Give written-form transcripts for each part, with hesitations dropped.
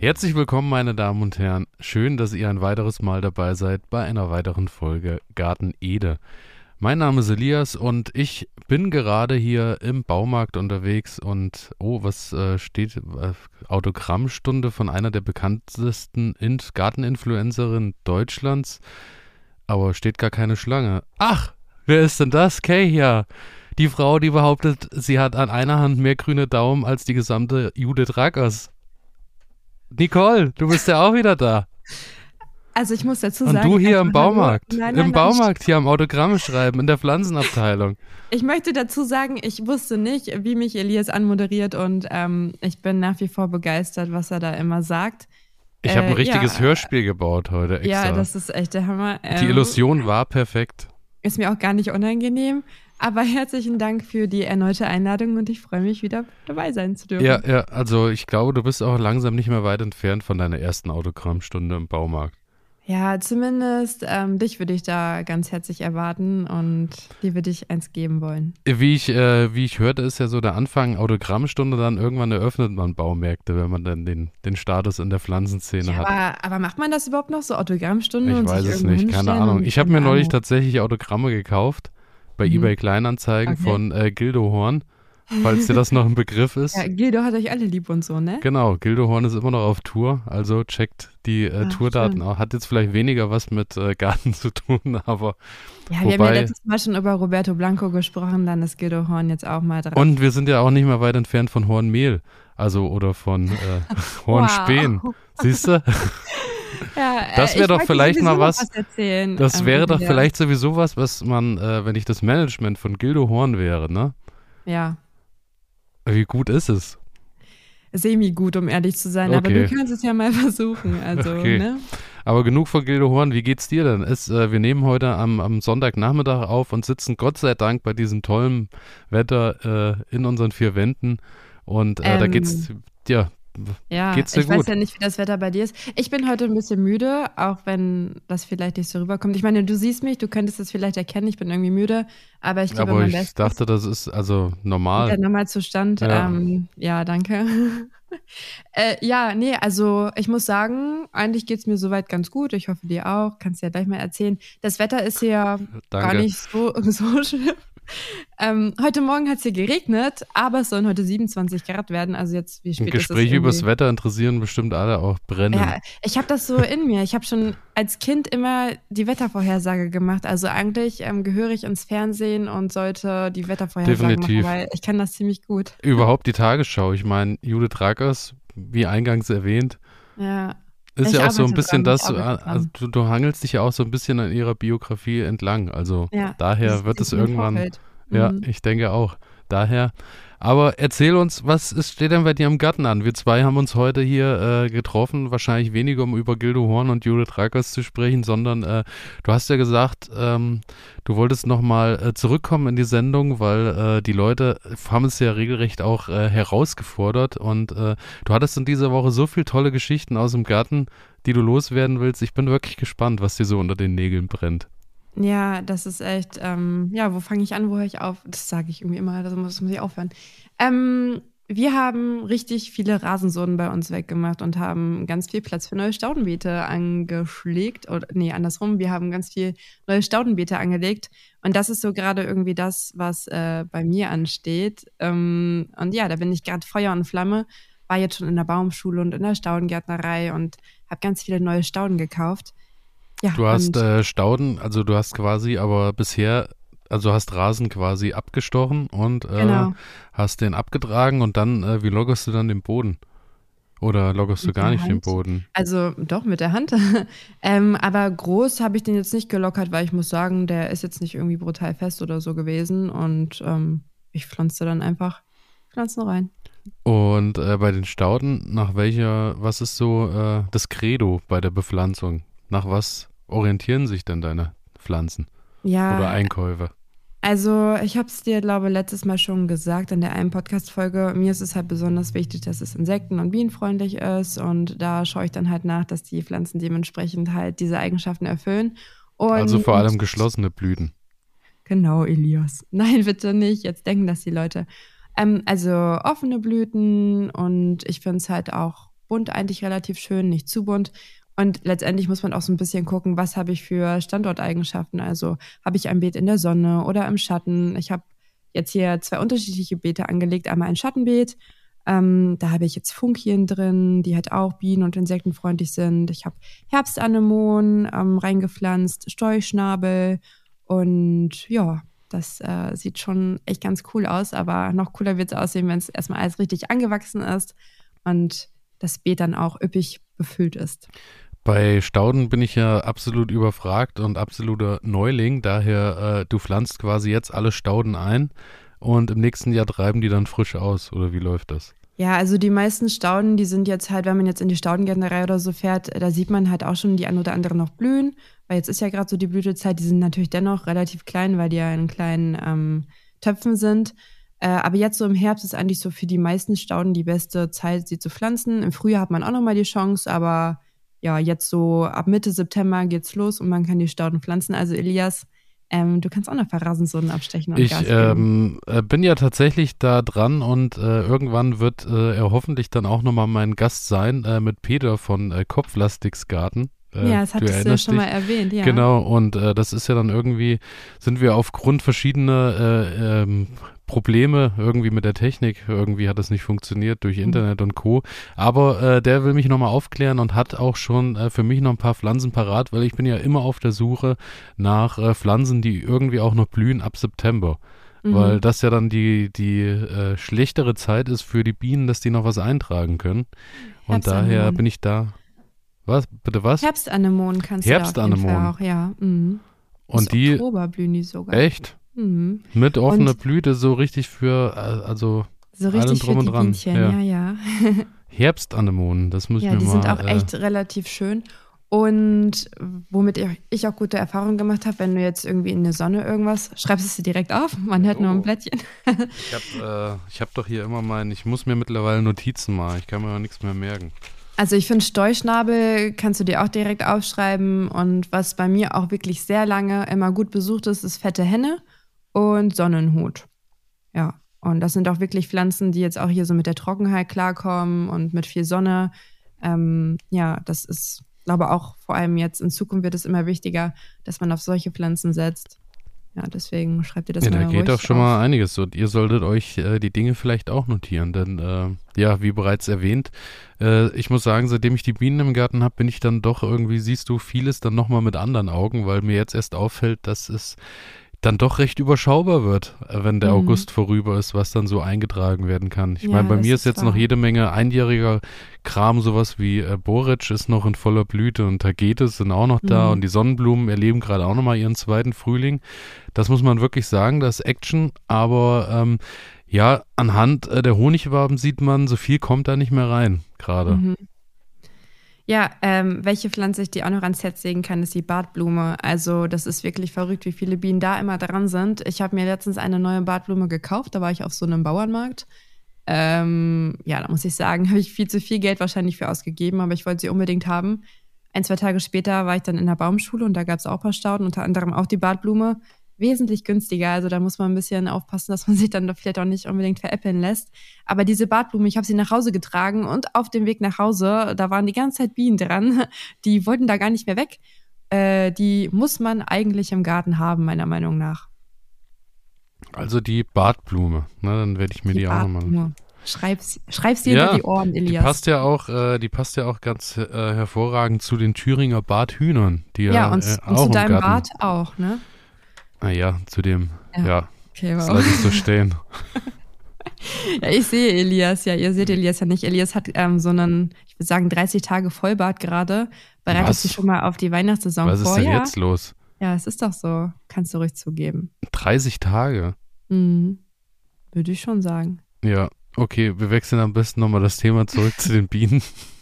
Herzlich willkommen, meine Damen und Herren. Schön, dass ihr ein weiteres Mal dabei seid bei einer weiteren Folge Garten Ede. Mein Name ist Elias und ich bin gerade hier im Baumarkt unterwegs und was steht? Autogrammstunde von einer der bekanntesten Garteninfluencerinnen Deutschlands. Aber steht gar keine Schlange. Ach, wer ist denn das? Kay, die Frau, die behauptet, sie hat an einer Hand mehr grüne Daumen als die gesamte Judith Rakers. Nicole, du bist ja auch wieder da. Also ich muss dazu sagen... Und du hier im Baumarkt. Nein, Baumarkt, hier am Autogramme schreiben, in der Pflanzenabteilung. Ich möchte dazu sagen, ich wusste nicht, wie mich Elias anmoderiert und ich bin nach wie vor begeistert, was er da immer sagt. Ich habe ein richtiges Hörspiel gebaut heute extra. Ja, das ist echt der Hammer. Die Illusion war perfekt. Ist mir auch gar nicht unangenehm. Aber herzlichen Dank für die erneute Einladung und ich freue mich, wieder dabei sein zu dürfen. Ja, also ich glaube, du bist auch langsam nicht mehr weit entfernt von deiner ersten Autogrammstunde im Baumarkt. Ja, zumindest dich würde ich da ganz herzlich erwarten und dir würde ich eins geben wollen. Wie ich hörte, ist ja so der Anfang Autogrammstunde, dann irgendwann eröffnet man Baumärkte, wenn man dann den Status in der Pflanzenszene hat. Aber macht man das überhaupt noch, so Autogrammstunde? Ich weiß es nicht, keine Ahnung. Ich habe mir neulich tatsächlich Autogramme gekauft. Bei eBay Kleinanzeigen von Gildo Horn, falls dir das noch ein Begriff ist. Ja, Gildo hat euch alle lieb und so, ne? Genau, Gildo Horn ist immer noch auf Tour, also checkt die Tourdaten auch. Hat jetzt vielleicht weniger was mit Garten zu tun, aber ja, wir haben ja letztes Mal schon über Roberto Blanco gesprochen, dann ist Gildo Horn jetzt auch mal dran. Und wir sind ja auch nicht mehr weit entfernt von Hornmehl, also oder von Hornspähen. Siehst du? Ja, das wäre doch vielleicht mal was. Das wäre doch ja. vielleicht sowieso was man, wenn ich das Management von Gildo Horn wäre, ne? Ja. Wie gut ist es? Semi-gut, um ehrlich zu sein, aber du kannst es ja mal versuchen. Also, ne? Aber genug von Gildo Horn, wie geht's dir denn? Wir nehmen heute am Sonntagnachmittag auf und sitzen Gott sei Dank bei diesem tollen Wetter in unseren vier Wänden und da geht's dir. Ja, geht's dir ich gut? Weiß ja nicht, wie das Wetter bei dir ist. Ich bin heute ein bisschen müde, auch wenn das vielleicht nicht so rüberkommt. Ich meine, du siehst mich, du könntest das vielleicht erkennen, ich bin irgendwie müde, aber ich gebe mein Bestes. Ich dachte, das ist also normal. Der Normalzustand, ja, danke. Also ich muss sagen, eigentlich geht's mir soweit ganz gut. Ich hoffe, dir auch. Kannst ja gleich mal erzählen. Das Wetter ist hier gar nicht so schlimm. Heute Morgen hat es hier geregnet, aber es sollen heute 27 Grad werden. Also jetzt, wie spät ist es? Gespräche übers Wetter interessieren bestimmt alle auch brennend. Ja, ich habe das so in mir. Ich habe schon als Kind immer die Wettervorhersage gemacht. Also eigentlich gehöre ich ins Fernsehen und sollte die Wettervorhersage machen, weil ich kann das ziemlich gut. Überhaupt die Tagesschau. Ich meine, Judith Rakers, wie eingangs erwähnt, ist ja auch so ein bisschen du hangelst dich ja auch so ein bisschen an ihrer Biografie entlang. Also daher wird es irgendwann, ich denke auch, daher. Aber erzähl uns, steht denn bei dir im Garten an? Wir zwei haben uns heute hier getroffen, wahrscheinlich weniger, um über Gildo Horn und Judith Rakers zu sprechen, sondern du hast ja gesagt, du wolltest nochmal zurückkommen in die Sendung, weil die Leute haben es ja regelrecht auch herausgefordert und du hattest in dieser Woche so viele tolle Geschichten aus dem Garten, die du loswerden willst. Ich bin wirklich gespannt, was dir so unter den Nägeln brennt. Ja, das ist echt, wo fange ich an, wo höre ich auf? Das sage ich irgendwie immer, das muss ich aufhören. Wir haben richtig viele Rasensoden bei uns weggemacht und haben ganz viel Platz für neue Staudenbeete angeschlägt. Oder nee, andersrum, wir haben ganz viel neue Staudenbeete angelegt. Und das ist so gerade irgendwie das, was bei mir ansteht. Und ja, da bin ich gerade Feuer und Flamme. War jetzt schon in der Baumschule und in der Staudengärtnerei und habe ganz viele neue Stauden gekauft. Ja, du hast Stauden, also du hast quasi aber bisher, also hast Rasen quasi abgestochen und hast den abgetragen und dann, wie loggerst du dann den Boden? Oder loggerst du gar nicht den Boden? Also doch, mit der Hand. Aber groß habe ich den jetzt nicht gelockert, weil ich muss sagen, der ist jetzt nicht irgendwie brutal fest oder so gewesen und ich pflanze dann einfach Pflanzen rein. Und bei den Stauden, was ist so das Credo bei der Bepflanzung? Nach was orientieren sich denn deine Pflanzen oder Einkäufe? Also ich habe es dir, glaube ich, letztes Mal schon gesagt in der einen Podcast-Folge. Mir ist es halt besonders wichtig, dass es insekten- und bienenfreundlich ist und da schaue ich dann halt nach, dass die Pflanzen dementsprechend halt diese Eigenschaften erfüllen. Und also vor allem geschlossene Blüten. Genau, Elias. Nein, bitte nicht. Jetzt denken das die Leute. Also offene Blüten und ich finde es halt auch bunt eigentlich relativ schön, nicht zu bunt. Und letztendlich muss man auch so ein bisschen gucken, was habe ich für Standorteigenschaften. Also habe ich ein Beet in der Sonne oder im Schatten. Ich habe jetzt hier 2 unterschiedliche Beete angelegt. Einmal ein Schattenbeet. Da habe ich jetzt Funkien drin, die halt auch bienen- und insektenfreundlich sind. Ich habe Herbstanemonen reingepflanzt, Storchschnabel und ja, das sieht schon echt ganz cool aus, aber noch cooler wird es aussehen, wenn es erstmal alles richtig angewachsen ist und das Beet dann auch üppig befüllt ist. Bei Stauden bin ich ja absolut überfragt und absoluter Neuling, daher du pflanzt quasi jetzt alle Stauden ein und im nächsten Jahr treiben die dann frisch aus, oder wie läuft das? Ja, also die meisten Stauden, die sind jetzt halt, wenn man jetzt in die Staudengärtnerei oder so fährt, da sieht man halt auch schon die ein oder andere noch blühen, weil jetzt ist ja gerade so die Blütezeit, die sind natürlich dennoch relativ klein, weil die ja in kleinen Töpfen sind. Aber jetzt so im Herbst ist eigentlich so für die meisten Stauden die beste Zeit, sie zu pflanzen. Im Frühjahr hat man auch nochmal die Chance, aber ja, jetzt so ab Mitte September geht's los und man kann die Stauden pflanzen. Also Elias, du kannst auch noch ein paar Rasensohlen abstechen und Gas geben. Ich bin ja tatsächlich da dran und irgendwann wird er hoffentlich dann auch nochmal mein Gast sein mit Peter von Kopflastiksgarten. Ja, das hattest du ja schon mal erwähnt, ja. Genau, und das ist ja dann irgendwie, sind wir aufgrund verschiedener Probleme irgendwie mit der Technik, irgendwie hat das nicht funktioniert durch Internet und Co. Aber der will mich nochmal aufklären und hat auch schon für mich noch ein paar Pflanzen parat, weil ich bin ja immer auf der Suche nach Pflanzen, die irgendwie auch noch blühen ab September. Weil das ja dann die schlechtere Zeit ist für die Bienen, dass die noch was eintragen können. Und daher bin ich da. Was? Bitte was? Herbstanemonen kannst du da auf jeden Fall auch, ja. Mhm. Und die Oktober blühen die sogar. Echt? Mhm. Mit offener Blüte, so richtig für, also so richtig drum für die und dran. Bienchen, ja. Herbstanemonen, das muss ich mir mal... Ja, die sind auch echt relativ schön. Und womit ich auch gute Erfahrungen gemacht habe, wenn du jetzt irgendwie in der Sonne irgendwas, schreibst du es dir direkt auf, man hört nur ein Blättchen. Ich hab doch hier immer ich muss mir mittlerweile Notizen machen, ich kann mir auch nichts mehr merken. Also ich finde, Storchschnabel kannst du dir auch direkt aufschreiben. Und was bei mir auch wirklich sehr lange immer gut besucht ist, ist fette Henne und Sonnenhut. Ja, und das sind auch wirklich Pflanzen, die jetzt auch hier so mit der Trockenheit klarkommen und mit viel Sonne. Ja, das ist, glaube auch vor allem jetzt in Zukunft wird es immer wichtiger, dass man auf solche Pflanzen setzt. Ja, deswegen schreibt ihr das mal ruhig auf. Da geht doch schon mal einiges. Und ihr solltet euch die Dinge vielleicht auch notieren, denn ja, wie bereits erwähnt, ich muss sagen, seitdem ich die Bienen im Garten habe, bin ich dann doch irgendwie, siehst du vieles dann nochmal mit anderen Augen, weil mir jetzt erst auffällt, dass es dann doch recht überschaubar wird, wenn der August vorüber ist, was dann so eingetragen werden kann. Ich meine, bei mir ist jetzt noch jede Menge einjähriger Kram, sowas wie Boric ist noch in voller Blüte und Tagetes sind auch noch da und die Sonnenblumen erleben gerade auch nochmal ihren zweiten Frühling. Das muss man wirklich sagen, das ist Action, aber ja, anhand der Honigwaben sieht man, so viel kommt da nicht mehr rein gerade. Mhm. Ja, welche Pflanze ich dir auch noch ans Herz legen kann, ist die Bartblume. Also das ist wirklich verrückt, wie viele Bienen da immer dran sind. Ich habe mir letztens eine neue Bartblume gekauft, da war ich auf so einem Bauernmarkt. Ja, da muss ich sagen, habe ich viel zu viel Geld wahrscheinlich für ausgegeben, aber ich wollte sie unbedingt haben. 1-2 Tage später war ich dann in der Baumschule und da gab es auch ein paar Stauden, unter anderem auch die Bartblume. Wesentlich günstiger, also da muss man ein bisschen aufpassen, dass man sich dann vielleicht auch nicht unbedingt veräppeln lässt. Aber diese Bartblume, ich habe sie nach Hause getragen und auf dem Weg nach Hause, da waren die ganze Zeit Bienen dran, die wollten da gar nicht mehr weg. Die muss man eigentlich im Garten haben, meiner Meinung nach. Also die Bartblume, dann werde ich mir die auch nochmal... Schreib's dir hinter die Ohren, Elias. Die passt ja auch ganz hervorragend zu den Thüringer Barthühnern, die und auch zu deinem Garten... Bart auch, ne? Ja, zu dem, ja. Okay, wow. Das lasse ich so stehen. Ja, ich sehe Elias, ja, ihr seht Elias ja nicht. Elias hat so einen, ich würde sagen, 30 Tage Vollbart gerade. Bereitet sich schon mal auf die Weihnachtssaison vor. Was ist denn jetzt los? Ja, es ist doch so. Kannst du ruhig zugeben. 30 Tage? Würde ich schon sagen. Ja, okay, wir wechseln am besten nochmal das Thema zurück zu den Bienen.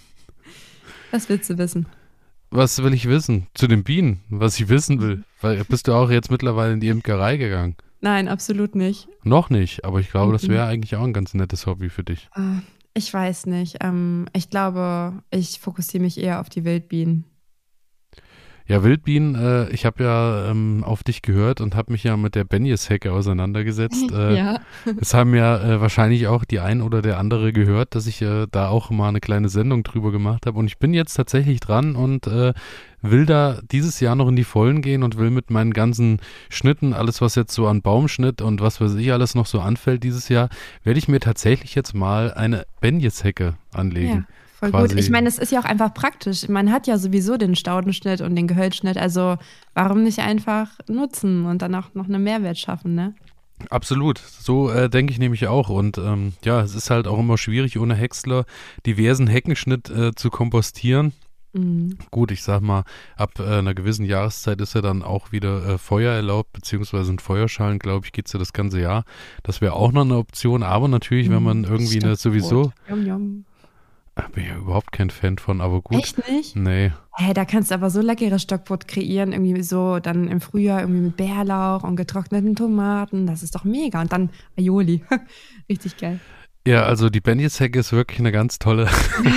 Was willst du wissen? Was will ich wissen? Zu den Bienen, was ich wissen will. Weil bist du auch jetzt mittlerweile in die Imkerei gegangen? Nein, absolut nicht. Noch nicht, aber ich glaube, das wäre eigentlich auch ein ganz nettes Hobby für dich. Ich weiß nicht. Ich glaube, ich fokussiere mich eher auf die Wildbienen. Ja, Wildbienen, ich habe ja auf dich gehört und habe mich ja mit der Benjes-Hecke auseinandergesetzt. Ja. Es haben ja wahrscheinlich auch die ein oder der andere gehört, dass ich da auch mal eine kleine Sendung drüber gemacht habe. Und ich bin jetzt tatsächlich dran und will da dieses Jahr noch in die Vollen gehen und will mit meinen ganzen Schnitten, alles was jetzt so an Baumschnitt und was weiß ich alles noch so anfällt dieses Jahr, werde ich mir tatsächlich jetzt mal eine Benjes-Hecke anlegen. Ja. Voll gut. Ich meine, es ist ja auch einfach praktisch. Man hat ja sowieso den Staudenschnitt und den Gehölzschnitt. Also warum nicht einfach nutzen und dann auch noch einen Mehrwert schaffen, ne? Absolut. So denke ich nämlich auch. Und ja, es ist halt auch immer schwierig, ohne Häcksler diversen Heckenschnitt zu kompostieren. Mhm. Gut, ich sag mal, ab einer gewissen Jahreszeit ist ja dann auch wieder Feuer erlaubt, beziehungsweise in Feuerschalen, glaube ich, geht es ja das ganze Jahr. Das wäre auch noch eine Option. Aber natürlich, wenn man irgendwie eine sowieso... Yum, yum. Bin ja überhaupt kein Fan von, aber gut. Echt nicht? Nee. Hey, da kannst du aber so leckeres Stockbrot kreieren, irgendwie so dann im Frühjahr irgendwie mit Bärlauch und getrockneten Tomaten. Das ist doch mega. Und dann Aioli. Richtig geil. Ja, also die Benjes-Hecke ist wirklich eine ganz tolle.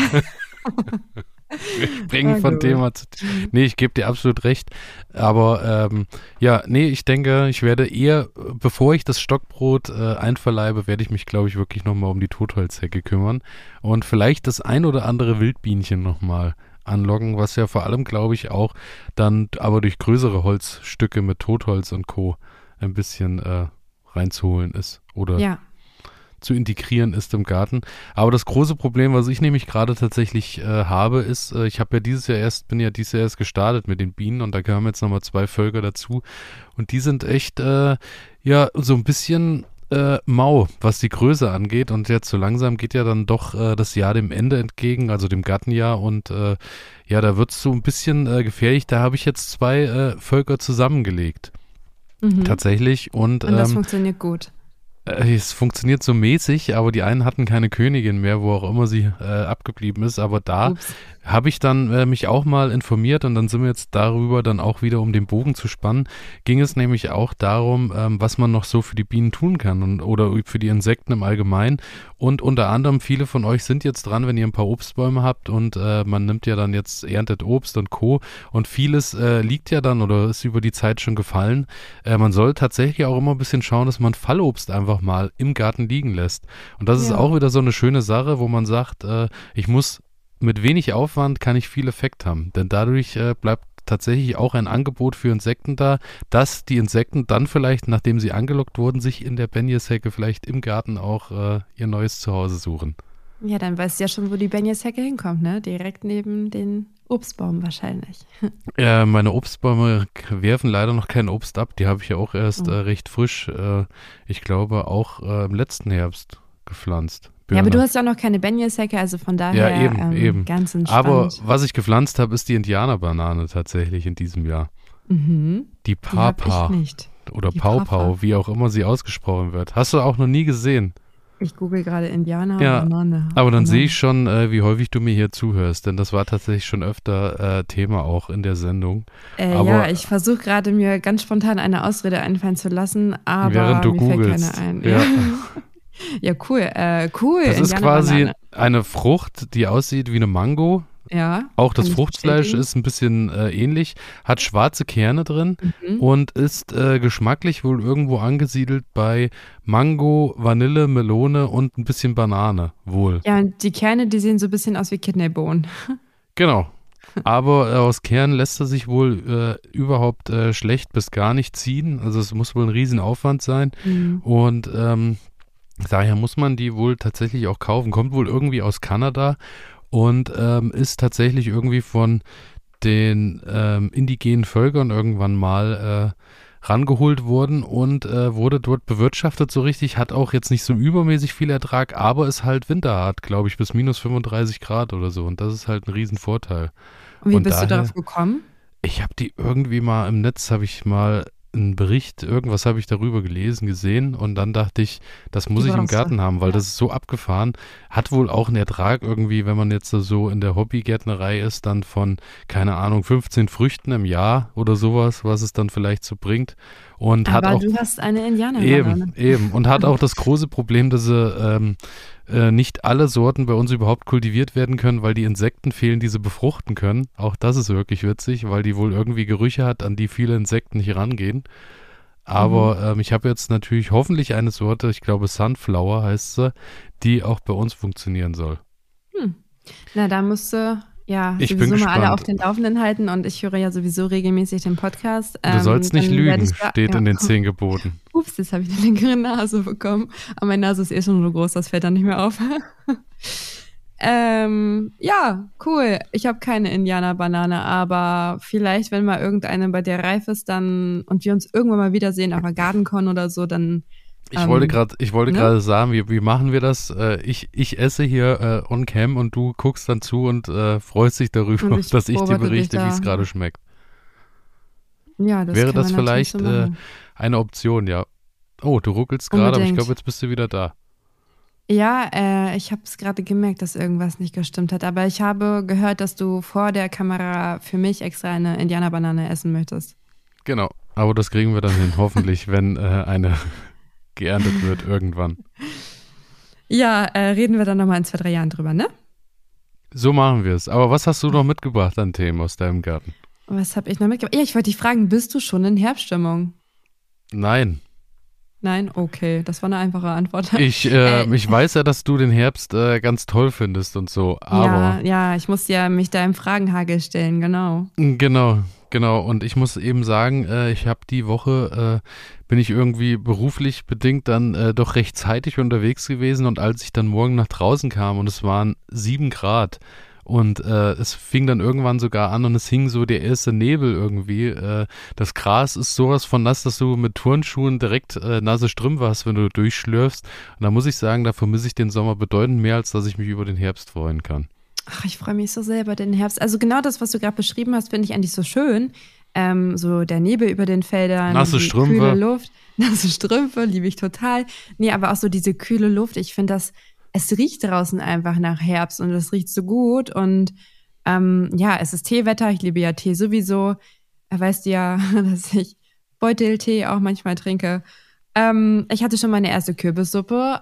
Wir springen von Thema zu Thema. Nee, ich gebe dir absolut recht. Aber ja, nee, ich denke, ich werde eher, bevor ich das Stockbrot einverleibe, werde ich mich, glaube ich, wirklich nochmal um die Totholzhecke kümmern. Und vielleicht das ein oder andere Wildbienchen nochmal anlocken, was ja vor allem, glaube ich, auch dann aber durch größere Holzstücke mit Totholz und Co. ein bisschen reinzuholen ist. Oder ja. zu integrieren ist im Garten. Aber das große Problem, was ich nämlich gerade tatsächlich habe, ist, ich habe ja bin ja dieses Jahr erst gestartet mit den Bienen und da kamen jetzt nochmal 2 Völker dazu und die sind echt, ja, so ein bisschen mau, was die Größe angeht und jetzt so langsam geht ja dann doch das Jahr dem Ende entgegen, also dem Gattenjahr und ja, da wird es so ein bisschen gefährlich. Da habe ich jetzt 2 Völker zusammengelegt. Tatsächlich und das funktioniert gut. Es funktioniert so mäßig, aber die einen hatten keine Königin mehr, wo auch immer sie abgeblieben ist. Aber da habe ich dann mich auch mal informiert und dann sind wir jetzt darüber dann auch wieder, um den Bogen zu spannen, ging es nämlich auch darum, was man noch so für die Bienen tun kann oder für die Insekten im Allgemeinen. Und unter anderem, viele von euch sind jetzt dran, wenn ihr ein paar Obstbäume habt und man nimmt ja dann jetzt, erntet Obst und Co. Und vieles liegt ja dann oder ist über die Zeit schon gefallen. Man soll tatsächlich auch immer ein bisschen schauen, dass man Fallobst einfach mal im Garten liegen lässt. Und das ist auch wieder so eine schöne Sache, wo man sagt, ich muss mit wenig Aufwand kann ich viel Effekt haben. Denn dadurch bleibt tatsächlich auch ein Angebot für Insekten da, dass die Insekten dann vielleicht, nachdem sie angelockt wurden, sich in der Benjeshecke vielleicht im Garten auch ihr neues Zuhause suchen. Ja, dann weißt du ja schon, wo die Benjeshecke hinkommt, ne? Direkt neben den Obstbaum wahrscheinlich. Ja, meine Obstbäume werfen leider noch kein Obst ab. Die habe ich ja auch erst recht frisch, ich glaube auch im letzten Herbst gepflanzt. Ja, aber du hast ja auch noch keine Benjeshecke, also von daher eben. Ganz entspannt. Aber was ich gepflanzt habe, ist die Indianerbanane tatsächlich in diesem Jahr. Die Papa oder Pau-Pau, wie auch immer sie ausgesprochen wird. Hast du auch noch nie gesehen? Ich google gerade Indianerbanane. Aber dann sehe ich schon, wie häufig du mir hier zuhörst, denn das war tatsächlich schon öfter Thema auch in der Sendung. Ja, ich versuche gerade mir ganz spontan eine Ausrede einfallen zu lassen, aber während du mir googelst. fällt keine ein. Ja. Ja, cool. Das ist quasi eine Frucht, die aussieht wie eine Mango. Ja. Auch das Fruchtfleisch ist ein bisschen ähnlich, hat schwarze Kerne drin und ist geschmacklich wohl irgendwo angesiedelt bei Mango, Vanille, Melone und ein bisschen Banane wohl. Ja, und die Kerne, die sehen so ein bisschen aus wie Kidneybohnen. Genau. Aber aus Kernen lässt er sich wohl überhaupt schlecht bis gar nicht ziehen. Also es muss wohl ein Riesenaufwand sein. Und daher muss man die wohl tatsächlich auch kaufen. Kommt wohl irgendwie aus Kanada und ist tatsächlich irgendwie von den indigenen Völkern irgendwann mal rangeholt worden und wurde dort bewirtschaftet so richtig, hat auch jetzt nicht so übermäßig viel Ertrag, aber ist halt winterhart, glaube ich, bis minus 35 Grad oder so und das ist halt ein Riesenvorteil. Und wie bist du darauf gekommen? Ich habe die irgendwie mal im Netz, habe ich mal einen Bericht, irgendwas habe ich darüber gelesen, gesehen und dann dachte ich, das muss ich im Garten haben, weil das ist so abgefahren. Hat wohl auch einen Ertrag irgendwie, wenn man jetzt so in der Hobbygärtnerei ist, dann von, keine Ahnung, 15 Früchten im Jahr oder sowas, was es dann vielleicht so bringt. Und aber hat auch, du hast eine Indianerbanane. Eben. Und hat auch das große Problem, dass sie nicht alle Sorten bei uns überhaupt kultiviert werden können, weil die Insekten fehlen, die sie befruchten können. Auch das ist wirklich witzig, weil die wohl irgendwie Gerüche hat, an die viele Insekten nicht rangehen. Aber ich habe jetzt natürlich hoffentlich eine Sorte, ich glaube Sunflower heißt sie, die auch bei uns funktionieren soll. Na, da musst du ich sowieso bin mal alle auf gespannt. den Laufenden halten und ich höre ja sowieso regelmäßig den Podcast. Du sollst nicht lügen, steht in den 10 Geboten. Ups, jetzt habe ich eine längere Nase bekommen. Aber meine Nase ist eh schon so groß, das fällt dann nicht mehr auf. Ja, cool. Ich habe keine Indianerbanane, aber vielleicht, wenn mal irgendeine bei dir reif ist, dann und wir uns irgendwann mal wiedersehen auf einer GardenCon oder so, dann Ich wollte gerade sagen, wie machen wir das? Ich esse hier on cam und du guckst dann zu und freust dich darüber, dass ich dir berichte, wie es gerade schmeckt. Ja, das Wäre das kann man vielleicht so machen. eine Option, ja. Oh, du ruckelst gerade, aber ich Unbedingt. glaube, jetzt bist du wieder da. Ja, ich habe es gerade gemerkt, dass irgendwas nicht gestimmt hat. Aber ich habe gehört, dass du vor der Kamera für mich extra eine Indianerbanane essen möchtest. Genau, aber das kriegen wir dann hin, hoffentlich, wenn eine geerntet wird irgendwann. Ja, reden wir dann nochmal in 2-3 Jahren drüber, ne? So machen wir es. Aber was hast du noch mitgebracht an Themen aus deinem Garten? Was habe ich noch mitgebracht? Ja, ich wollte dich fragen, bist du schon in Herbststimmung? Nein. Nein? Okay, das war eine einfache Antwort. Ich weiß ja, dass du den Herbst ganz toll findest und so, aber... Ja, ich muss ja mich da im Fragenhagel stellen, genau. Genau. Und ich muss eben sagen, ich habe die Woche, bin ich irgendwie beruflich bedingt dann doch recht zeitig unterwegs gewesen und als ich dann morgen nach draußen kam und es waren 7 Grad und es fing dann irgendwann sogar an und es hing so der erste Nebel irgendwie. Das Gras ist sowas von nass, dass du mit Turnschuhen direkt nasse Strümpfe hast, wenn du durchschlürfst. Und da muss ich sagen, da vermisse ich den Sommer bedeutend mehr, als dass ich mich über den Herbst freuen kann. Ach, ich freue mich so sehr über den Herbst. Also genau das, was du gerade beschrieben hast, finde ich eigentlich so schön. So der Nebel über den Feldern, Nasse die Strümpfe. kühle Luft. Nasse Strümpfe, liebe ich total. Nee, aber auch so diese kühle Luft. Ich finde es riecht draußen einfach nach Herbst und es riecht so gut. Und es ist Teewetter. Ich liebe ja Tee sowieso. Weißt du ja, dass ich Beuteltee auch manchmal trinke. Ich hatte schon meine erste Kürbissuppe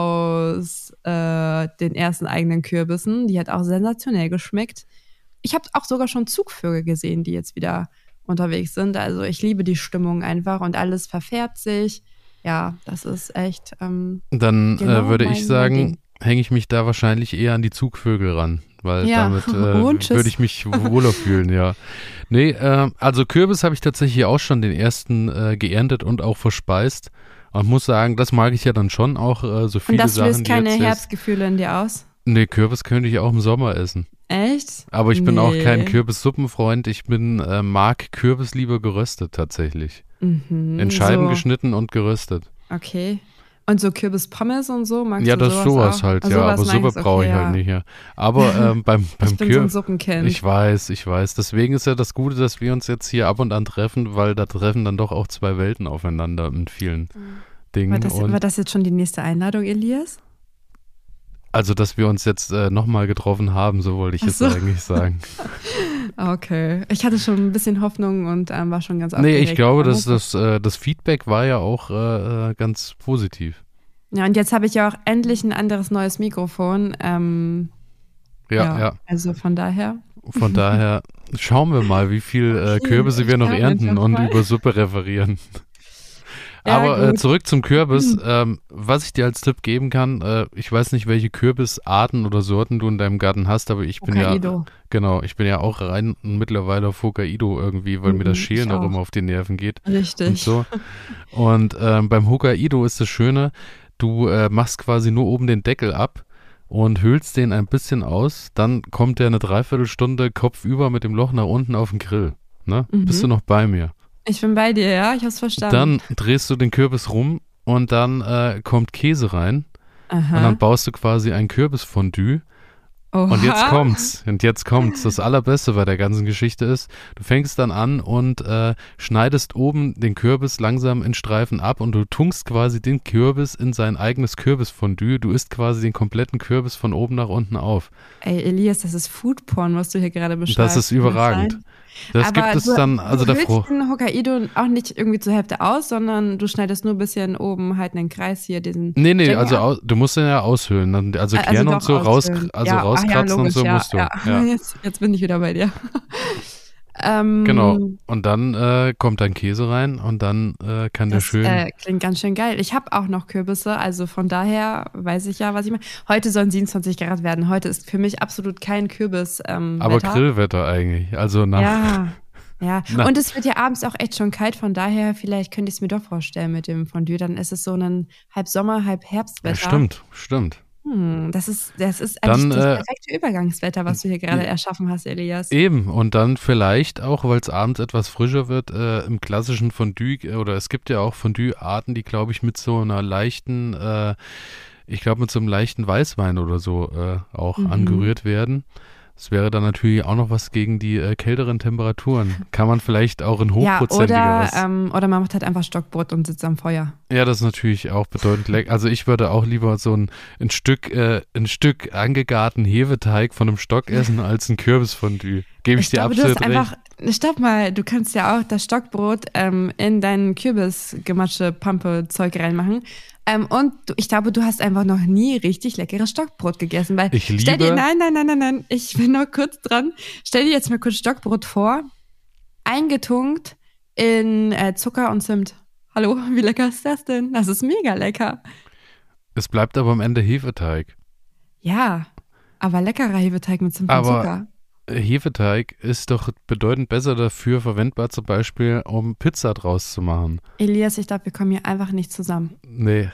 aus den ersten eigenen Kürbissen. Die hat auch sensationell geschmeckt. Ich habe auch sogar schon Zugvögel gesehen, die jetzt wieder unterwegs sind. Also ich liebe die Stimmung einfach und alles verfärbt sich. Ja, das ist echt Dann genau würde mein ich sagen, Ding. hänge ich mich da wahrscheinlich eher an die Zugvögel ran, weil Ja, damit und tschüss. würde ich mich wohler fühlen, ja. Nee, also Kürbis habe ich tatsächlich auch schon den ersten geerntet und auch verspeist. Und muss sagen, das mag ich ja dann schon auch, so Und viele das Sachen, löst keine die jetzt Herbstgefühle in dir aus? Nee, Kürbis könnte ich auch im Sommer essen. Echt? Aber ich bin auch kein Nee. Kürbissuppenfreund. Ich mag Kürbis lieber geröstet tatsächlich. In Scheiben So, geschnitten und geröstet. okay. Und so Kürbispommes und so, magst Ja, du das sowas sowas auch? halt, Ah, ja. sowas Aber Suppe magst, brauche okay, ich halt ja. nicht, ja. Aber beim Ich bin so ein Kürbis, Suppenkind. ich weiß. Deswegen ist ja das Gute, dass wir uns jetzt hier ab und an treffen, weil da treffen dann doch auch 2 Welten aufeinander in vielen Dingen. War das jetzt schon die nächste Einladung, Elias? Also, dass wir uns jetzt nochmal getroffen haben, so wollte ich Ach jetzt so. eigentlich sagen. Okay. Ich hatte schon ein bisschen Hoffnung und war schon ganz Nee, aufgeregt. ich glaube, Aber dass das Feedback war ja auch ganz positiv. Ja, und jetzt habe ich ja auch endlich ein anderes neues Mikrofon. Ja. Also von daher. Von daher schauen wir mal, wie viel Okay, Kürbisse wir ich noch schau ernten einfach und mal. über Suppe referieren. Ja, Aber gut. zurück zum Kürbis. Was ich dir als Tipp geben kann, ich weiß nicht, welche Kürbisarten oder Sorten du in deinem Garten hast, aber ich bin Hokkaido. ich bin ja auch rein mittlerweile auf Hokkaido irgendwie, weil mir das Schälen ich auch auch. immer auf die Nerven geht. Richtig. Und so. Und beim Hokkaido ist das Schöne, du machst quasi nur oben den Deckel ab und höhlst den ein bisschen aus, dann kommt der eine Dreiviertelstunde kopfüber mit dem Loch nach unten auf den Grill. Ne? Bist du noch bei mir? Ich bin bei dir, ja, ich hab's verstanden. Dann drehst du den Kürbis rum und dann kommt Käse rein Aha. und dann baust du quasi ein Kürbisfondue. Oha. Und jetzt kommt's. Das Allerbeste bei der ganzen Geschichte ist, du fängst dann an und schneidest oben den Kürbis langsam in Streifen ab und du tunkst quasi den Kürbis in sein eigenes Kürbisfondue. Du isst quasi den kompletten Kürbis von oben nach unten auf. Ey, Elias, das ist Foodporn, was du hier gerade beschreibst. Das ist überragend. Das aber gibt es dann, also du hüllst den Hokkaido auch nicht irgendwie zur Hälfte aus, sondern du schneidest nur ein bisschen oben halt einen Kreis hier, diesen. Nee, also du musst den ja aushöhlen. Also Kern und so rauskratzen und so musst du. Ja. Jetzt bin ich wieder bei dir. Genau. Und dann kommt dein Käse rein und dann kann der schön. Das klingt ganz schön geil. Ich habe auch noch Kürbisse, also von daher weiß ich ja, was ich meine. Heute sollen 27 Grad werden. Heute ist für mich absolut kein Kürbis. Aber Grillwetter eigentlich. Also nach. Ja. Und es wird ja abends auch echt schon kalt, von daher vielleicht könnte ich es mir doch vorstellen mit dem Fondue. Dann ist es so ein halb Sommer, halb Herbstwetter. Ja, stimmt. Das ist eigentlich das perfekte Übergangswetter, was du hier gerade erschaffen hast, Elias. Eben, und dann vielleicht auch, weil es abends etwas frischer wird, im klassischen Fondue, oder es gibt ja auch Fondue-Arten, die, glaube ich, mit so einer leichten, mit so einem leichten Weißwein oder so auch angerührt werden. Das wäre dann natürlich auch noch was gegen die kälteren Temperaturen. Kann man vielleicht auch in hochprozentigeres. Ja, oder man macht halt einfach Stockbrot und sitzt am Feuer. Ja, das ist natürlich auch bedeutend lecker. Also ich würde auch lieber so ein Stück angegarten Hefeteig von einem Stock essen als ein Kürbisfondue. Gebe ich dir absolut recht. Stopp mal, du kannst ja auch das Stockbrot in dein Kürbisgematsche-Pampe-Zeug reinmachen. Und ich glaube, du hast einfach noch nie richtig leckeres Stockbrot gegessen. Weil nein, ich bin noch kurz dran. Stell dir jetzt mal kurz Stockbrot vor, eingetunkt in Zucker und Zimt. Hallo, wie lecker ist das denn? Das ist mega lecker. Es bleibt aber am Ende Hefeteig. Ja, aber leckerer Hefeteig mit Zimt und Zucker. Hefeteig ist doch bedeutend besser dafür verwendbar, zum Beispiel, um Pizza draus zu machen. Elias, ich glaube, wir kommen hier einfach nicht zusammen. Nee.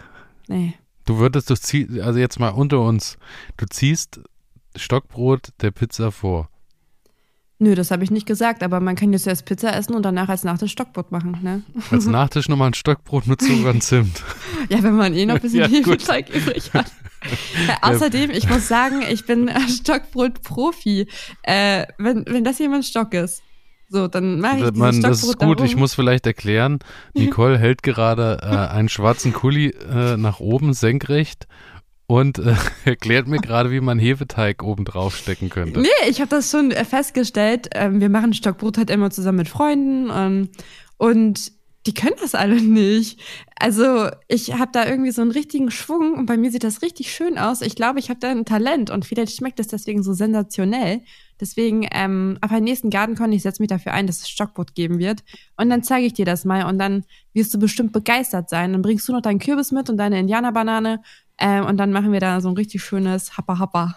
Also jetzt mal unter uns, du ziehst Stockbrot der Pizza vor. Nö, das habe ich nicht gesagt, aber man kann jetzt erst Pizza essen und danach als Nachtisch Stockbrot machen, ne? Als Nachtisch nochmal ein Stockbrot mit Zucker und Zimt. Ja, wenn man noch ein bisschen Hefeteig übrig hat. Außerdem, ich muss sagen, ich bin Stockbrot-Profi. Wenn das hier mein Stock ist, so, dann mache ich dieses Stockbrot. Das ist gut, ich muss vielleicht erklären, Nicole hält gerade einen schwarzen Kuli nach oben senkrecht und erklärt mir gerade, wie man Hefeteig oben drauf stecken könnte. Nee, ich habe das schon festgestellt. Wir machen Stockbrot halt immer zusammen mit Freunden und die können das alle nicht. Also ich habe da irgendwie so einen richtigen Schwung und bei mir sieht das richtig schön aus. Ich glaube, ich habe da ein Talent und vielleicht schmeckt es deswegen so sensationell. Deswegen, ab beim nächsten Gartencon, ich setze mich dafür ein, dass es Stockbrot geben wird. Und dann zeige ich dir das mal und dann wirst du bestimmt begeistert sein. Dann bringst du noch deinen Kürbis mit und deine Indianerbanane und dann machen wir da so ein richtig schönes Happa-Happa.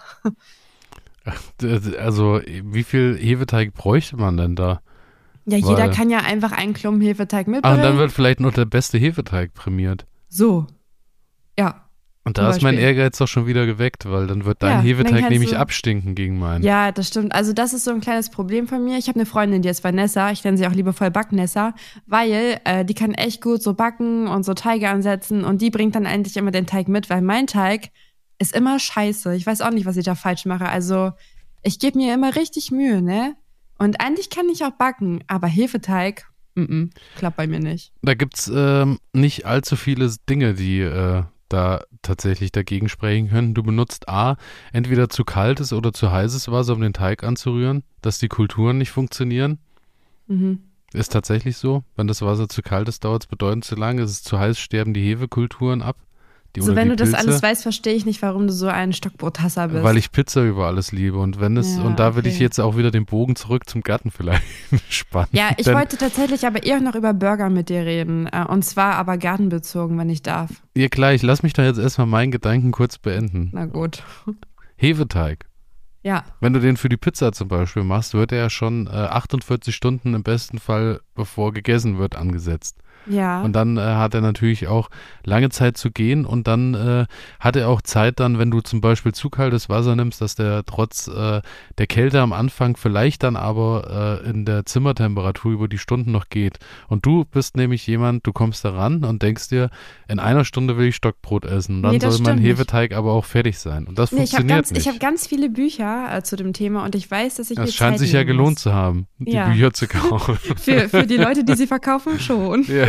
Also wie viel Hefeteig bräuchte man denn da? Ja, jeder kann ja einfach einen Klumpen Hefeteig mitbringen. Und dann wird vielleicht noch der beste Hefeteig prämiert. So, ja. Und da ist mein Ehrgeiz doch schon wieder geweckt, weil dann wird dein Hefeteig nämlich abstinken gegen meinen. Ja, das stimmt. Also das ist so ein kleines Problem von mir. Ich habe eine Freundin, die ist Vanessa. Ich nenne sie auch liebevoll Backnessa, weil die kann echt gut so backen und so Teige ansetzen und die bringt dann eigentlich immer den Teig mit, weil mein Teig ist immer scheiße. Ich weiß auch nicht, was ich da falsch mache. Also ich gebe mir immer richtig Mühe, ne? Und eigentlich kann ich auch backen, aber Hefeteig, klappt bei mir nicht. Da gibt's nicht allzu viele Dinge, die da tatsächlich dagegen sprechen können. Du benutzt entweder zu kaltes oder zu heißes Wasser, um den Teig anzurühren, dass die Kulturen nicht funktionieren. Ist tatsächlich so. Wenn das Wasser zu kalt ist, dauert es bedeutend zu lange. Ist es zu heiß, sterben die Hefekulturen ab. So, wenn du das alles weißt, verstehe ich nicht, warum du so ein Stockbrothasser bist. Weil ich Pizza über alles liebe und da will ich jetzt auch wieder den Bogen zurück zum Garten vielleicht spannen. Ja, ich wollte tatsächlich aber eher noch über Burger mit dir reden und zwar aber gartenbezogen, wenn ich darf. Ja klar, ich lass mich doch jetzt erstmal meinen Gedanken kurz beenden. Na gut. Hefeteig. Ja. Wenn du den für die Pizza zum Beispiel machst, wird er ja schon 48 Stunden im besten Fall, bevor gegessen wird, angesetzt. Ja. Und dann hat er natürlich auch lange Zeit zu gehen und dann hat er auch Zeit dann, wenn du zum Beispiel zu kaltes Wasser nimmst, dass der trotz der Kälte am Anfang vielleicht dann aber in der Zimmertemperatur über die Stunden noch geht. Und du bist nämlich jemand, du kommst da ran und denkst dir, in einer Stunde will ich Stockbrot essen. Dann soll mein Hefeteig aber auch fertig sein. Und das funktioniert nicht. Ich habe ganz viele Bücher zu dem Thema und ich weiß, dass ich mir Zeit nehmen muss. Es scheint sich ja gelohnt zu haben, die Bücher zu kaufen. Für die Leute, die sie verkaufen, schon. Ja.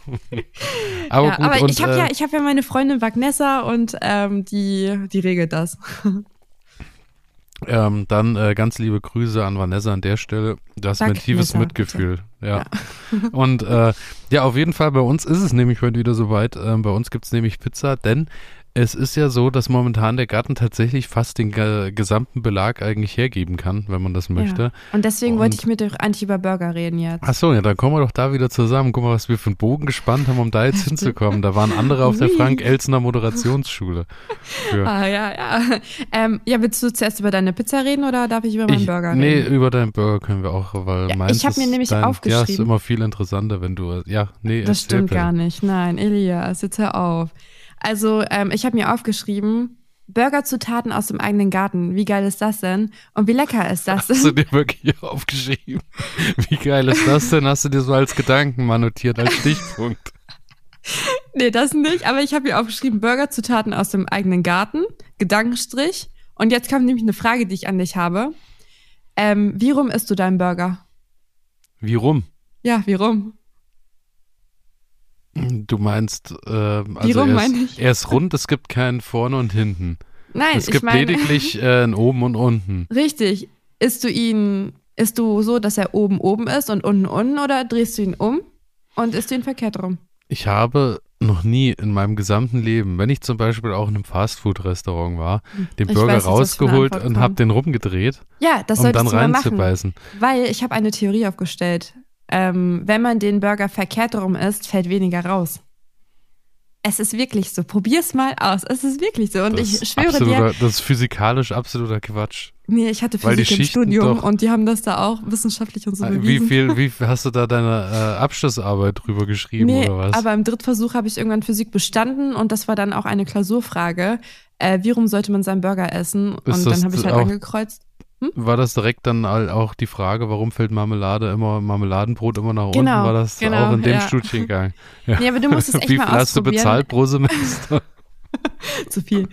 Aber gut, aber ich habe ja meine Freundin Vanessa und die regelt das. Dann ganz liebe Grüße an Vanessa an der Stelle. Du hast mein tiefes Mitgefühl. Ja. Und ja, auf jeden Fall, bei uns ist es nämlich heute wieder soweit. Bei uns gibt es nämlich Pizza, denn es ist ja so, dass momentan der Garten tatsächlich fast den gesamten Belag eigentlich hergeben kann, wenn man das möchte. Ja. Und deswegen wollte ich mit dir eigentlich über Burger reden jetzt. Achso, ja, dann kommen wir doch da wieder zusammen. Guck mal, was wir für einen Bogen gespannt haben, um da jetzt hinzukommen. Da waren andere auf der Frank-Elsener Moderationsschule. Ja. Ja, willst du zuerst über deine Pizza reden oder darf ich über meinen Burger reden? Nee, über deinen Burger können wir auch, weil ich habe mir nämlich aufgeschrieben. Ja, ist immer viel interessanter, wenn du, das stimmt gar nicht. Nein, Elias, jetzt hör auf. Also, ich habe mir aufgeschrieben, Burgerzutaten aus dem eigenen Garten. Wie geil ist das denn? Und wie lecker ist das denn? Hast du dir wirklich aufgeschrieben? Wie geil ist das denn? Hast du dir so als Gedanken mal notiert, als Stichpunkt? Nee, das nicht. Aber ich habe mir aufgeschrieben, Burgerzutaten aus dem eigenen Garten, Gedankenstrich. Und jetzt kommt nämlich eine Frage, die ich an dich habe. Wie rum isst du deinen Burger? Wie rum? Ja, wie rum? Du meinst, also er ist rund, es gibt keinen vorne und hinten. Nein, es gibt lediglich ein oben und unten. Richtig. Isst du so, dass er oben ist und unten oder drehst du ihn um und isst du ihn verkehrt rum? Ich habe noch nie in meinem gesamten Leben, wenn ich zum Beispiel auch in einem Fastfood-Restaurant war, den Burger rausgeholt und habe den rumgedreht, ja, das um dann du mal machen, reinzubeißen. Weil ich habe eine Theorie aufgestellt. Wenn man den Burger verkehrt rum isst, fällt weniger raus. Es ist wirklich so. Probier's mal aus. Es ist wirklich so. Und ich schwöre dir. Das ist physikalisch absoluter Quatsch. Nee, ich hatte Physik im Studium und die haben das da auch wissenschaftlich und so bewiesen. Wie viel hast du da deine Abschlussarbeit drüber geschrieben oder was? Aber im Drittversuch habe ich irgendwann Physik bestanden und das war dann auch eine Klausurfrage. Wie rum sollte man seinen Burger essen? Und dann habe ich halt angekreuzt. War das direkt dann auch die Frage, warum fällt Marmeladenbrot immer nach unten? War das auch in dem Studiengang? Ja. Nee, aber du musst es echt Wie mal viel hast du bezahlt pro Semester? Zu viel.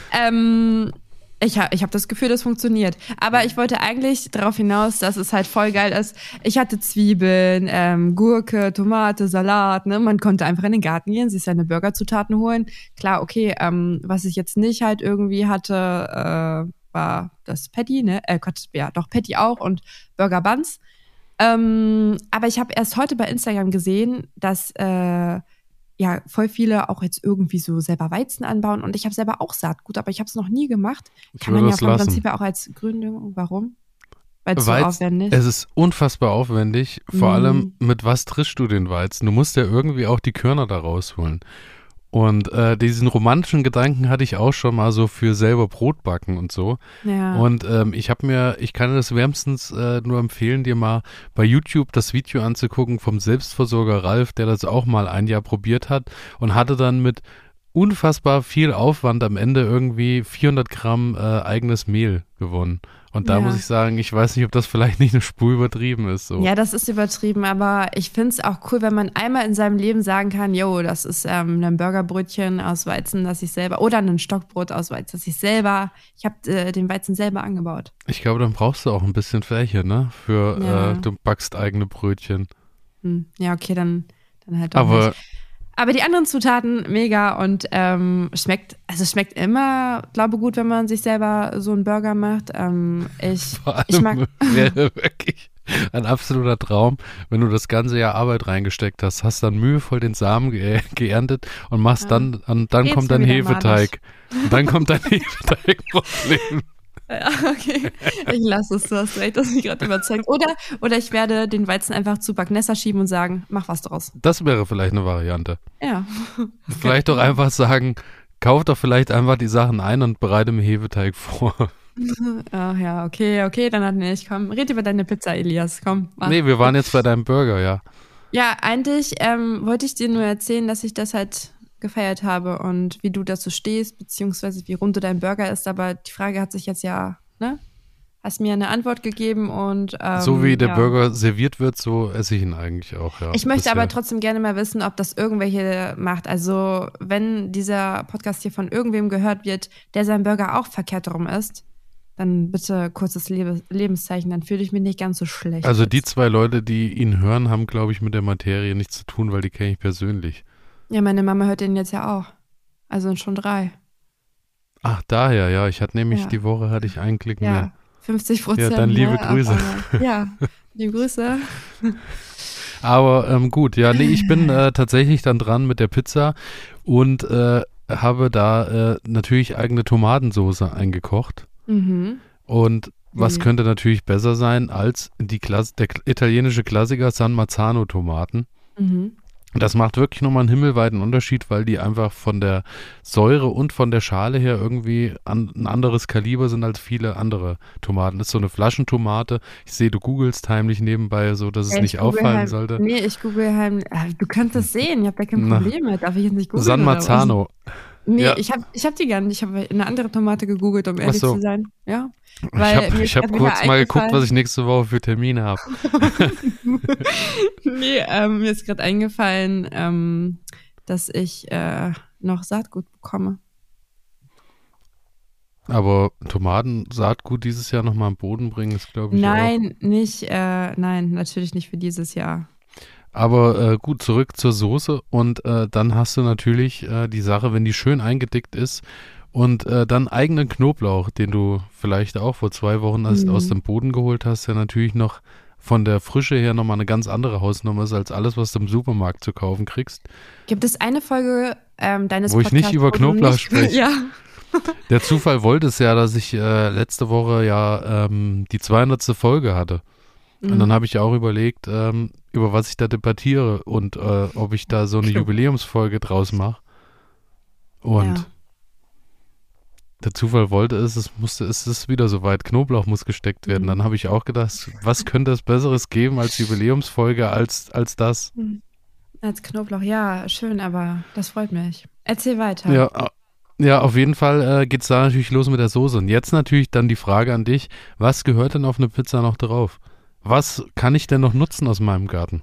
Ich hab das Gefühl, das funktioniert. Aber ich wollte eigentlich darauf hinaus, dass es halt voll geil ist. Ich hatte Zwiebeln, Gurke, Tomate, Salat. Ne? Man konnte einfach in den Garten gehen, sich seine Burgerzutaten holen. Klar, okay, was ich jetzt nicht halt irgendwie hatte, war das Patty, ne? Patty auch und Burger Buns. Aber ich habe erst heute bei Instagram gesehen, dass voll viele auch jetzt irgendwie so selber Weizen anbauen und ich habe selber auch Saatgut, aber ich habe es noch nie gemacht. Kann man ja vom Prinzip auch als Gründung. Warum? Weil es so aufwendig ist. Es ist unfassbar aufwendig, vor allem mit was trischst du den Weizen? Du musst ja irgendwie auch die Körner da rausholen. Und diesen romantischen Gedanken hatte ich auch schon mal so für selber Brot backen und so. Ja. Und ich kann dir das wärmstens nur empfehlen, dir mal bei YouTube das Video anzugucken vom Selbstversorger Ralf, der das auch mal ein Jahr probiert hat und hatte dann mit unfassbar viel Aufwand am Ende irgendwie 400 Gramm eigenes Mehl gewonnen. Und da muss ich sagen, ich weiß nicht, ob das vielleicht nicht eine Spur übertrieben ist. So. Ja, das ist übertrieben, aber ich finde es auch cool, wenn man einmal in seinem Leben sagen kann, yo, das ist ein Burgerbrötchen aus Weizen, das ich selber, oder ein Stockbrot aus Weizen, ich habe den Weizen selber angebaut. Ich glaube, dann brauchst du auch ein bisschen Fläche, ne? Du backst eigene Brötchen. Ja, okay, dann halt doch nicht. Aber die anderen Zutaten, mega und schmeckt immer, glaube gut, wenn man sich selber so einen Burger macht. Ich mag. Wäre wirklich ein absoluter Traum, wenn du das ganze Jahr Arbeit reingesteckt hast dann mühevoll den Samen geerntet und machst dann kommt dein Hefeteig. Und dann kommt dein Hefeteig-Problem. Ja, okay. Ich lasse es, du hast recht, das mich gerade überzeugt. Oder ich werde den Weizen einfach zu Bagnessa schieben und sagen, mach was draus. Das wäre vielleicht eine Variante. Ja. Vielleicht doch einfach sagen, kauf doch vielleicht einfach die Sachen ein und bereite mir Hefeteig vor. Ach ja, okay, dann komm, red über deine Pizza, Elias, komm. Mach. Nee, wir waren jetzt bei deinem Burger, ja. Ja, eigentlich wollte ich dir nur erzählen, dass ich das halt gefeiert habe und wie du dazu stehst, beziehungsweise wie rund du dein Burger ist, aber die Frage hat sich jetzt hast mir eine Antwort gegeben und so wie der Burger serviert wird, so esse ich ihn eigentlich auch, ja. Ich möchte aber trotzdem gerne mal wissen, ob das irgendwelche macht, also wenn dieser Podcast hier von irgendwem gehört wird, der seinen Burger auch verkehrt rum isst, dann bitte kurzes Lebenszeichen, dann fühle ich mich nicht ganz so schlecht. Also die 2 Leute, die ihn hören, haben, glaube ich, mit der Materie nichts zu tun, weil die kenne ich persönlich. Ja, meine Mama hört den jetzt ja auch. Also schon 3. Ach, daher, ja. Ich hatte nämlich die Woche hatte ich einen Klick mehr. 50%. Ja, dann liebe Grüße. Ja, liebe Grüße. Aber gut, ja, nee, ich bin tatsächlich dann dran mit der Pizza und habe da natürlich eigene Tomatensauce eingekocht. Mhm. Und was könnte natürlich besser sein als der italienische Klassiker San Marzano Tomaten. Mhm. Das macht wirklich nochmal einen himmelweiten Unterschied, weil die einfach von der Säure und von der Schale her irgendwie ein anderes Kaliber sind als viele andere Tomaten. Das ist so eine Flaschentomate. Ich sehe, du googelst heimlich nebenbei, so dass es nicht auffallen sollte. Nee, ich google heimlich. Du kannst das sehen, ich habe da kein Problem mit. Darf ich jetzt nicht googeln? San Marzano. Nee, ja. ich hab die gar nicht. Ich habe eine andere Tomate gegoogelt, um ehrlich zu sein. Ja. Weil ich hab kurz mal geguckt, was ich nächste Woche für Termine habe. Nee, mir ist gerade eingefallen, dass ich noch Saatgut bekomme. Aber Tomatensaatgut dieses Jahr nochmal am Boden bringen, ist glaube ich nein, natürlich nicht für dieses Jahr. Aber gut, zurück zur Soße und dann hast du natürlich die Sache, wenn die schön eingedickt ist und dann eigenen Knoblauch, den du vielleicht auch vor 2 Wochen aus dem Boden geholt hast, der natürlich noch von der Frische her nochmal eine ganz andere Hausnummer ist als alles, was du im Supermarkt zu kaufen kriegst. Gibt es eine Folge deines Podcasts, wo ich nicht über Knoblauch spreche? Ja. Der Zufall wollte es ja, dass ich letzte Woche die 200. Folge hatte. Und dann habe ich auch überlegt, über was ich da debattiere und ob ich da so eine Jubiläumsfolge draus mache. Und der Zufall wollte es ist wieder soweit, Knoblauch muss gesteckt werden. Dann habe ich auch gedacht, was könnte es Besseres geben als Jubiläumsfolge als das? Als Knoblauch, ja, schön, aber das freut mich. Erzähl weiter. Ja, auf jeden Fall geht es da natürlich los mit der Soße. Und jetzt natürlich dann die Frage an dich, was gehört denn auf eine Pizza noch drauf? Was kann ich denn noch nutzen aus meinem Garten?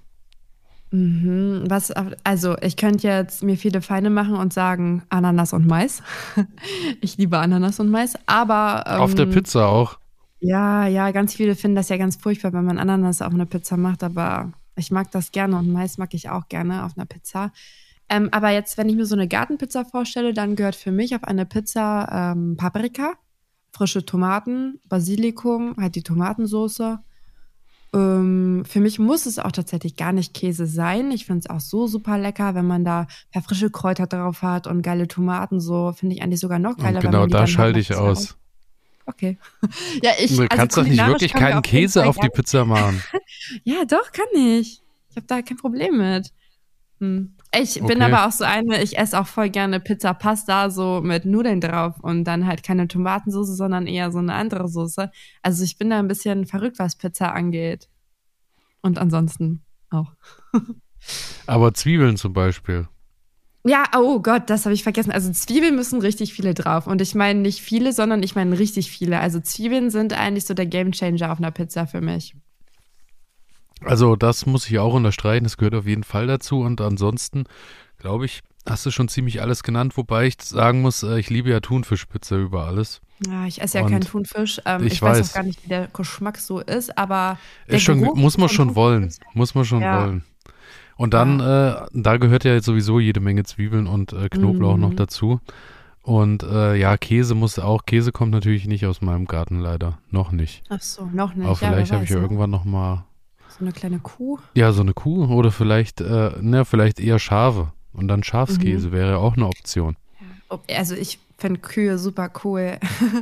Also ich könnte jetzt mir viele Feinde machen und sagen Ananas und Mais. Ich liebe Ananas und Mais, aber auf der Pizza auch? Ja, ganz viele finden das ja ganz furchtbar, wenn man Ananas auf einer Pizza macht, aber ich mag das gerne und Mais mag ich auch gerne auf einer Pizza. Aber jetzt, wenn ich mir so eine Gartenpizza vorstelle, dann gehört für mich auf eine Pizza Paprika, frische Tomaten, Basilikum, halt die Tomatensauce. Für mich muss es auch tatsächlich gar nicht Käse sein. Ich finde es auch so super lecker, wenn man da ein paar frische Kräuter drauf hat und geile Tomaten, so finde ich eigentlich sogar noch geiler. Und genau, da schalte ich aus. Okay. Ja, du kannst doch nicht wirklich keinen Käse auf die Pizza machen. Ja, doch, kann ich. Ich habe da kein Problem mit. Ich bin aber auch so ich esse auch voll gerne Pizza Pasta so mit Nudeln drauf und dann halt keine Tomatensauce, sondern eher so eine andere Soße. Also ich bin da ein bisschen verrückt, was Pizza angeht. Und ansonsten auch. Aber Zwiebeln zum Beispiel. Ja, oh Gott, das habe ich vergessen. Also Zwiebeln müssen richtig viele drauf. Und ich meine nicht viele, sondern ich meine richtig viele. Also Zwiebeln sind eigentlich so der Gamechanger auf einer Pizza für mich. Also das muss ich auch unterstreichen, das gehört auf jeden Fall dazu und ansonsten, glaube ich, hast du schon ziemlich alles genannt, wobei ich sagen muss, ich liebe ja Thunfischpizza über alles. Ja, ich esse ja keinen Thunfisch, ich weiß auch gar nicht, wie der Geschmack so ist, aber der ist schon, muss man schon wollen, wollen. Und dann, da gehört ja sowieso jede Menge Zwiebeln und Knoblauch noch dazu. Und Käse kommt natürlich nicht aus meinem Garten leider, noch nicht. Ach so, noch nicht. Aber vielleicht habe ich ja irgendwann noch mal so eine kleine Kuh? Ja, so eine Kuh oder vielleicht eher Schafe. Und dann Schafskäse wäre auch eine Option. Also ich finde Kühe super cool.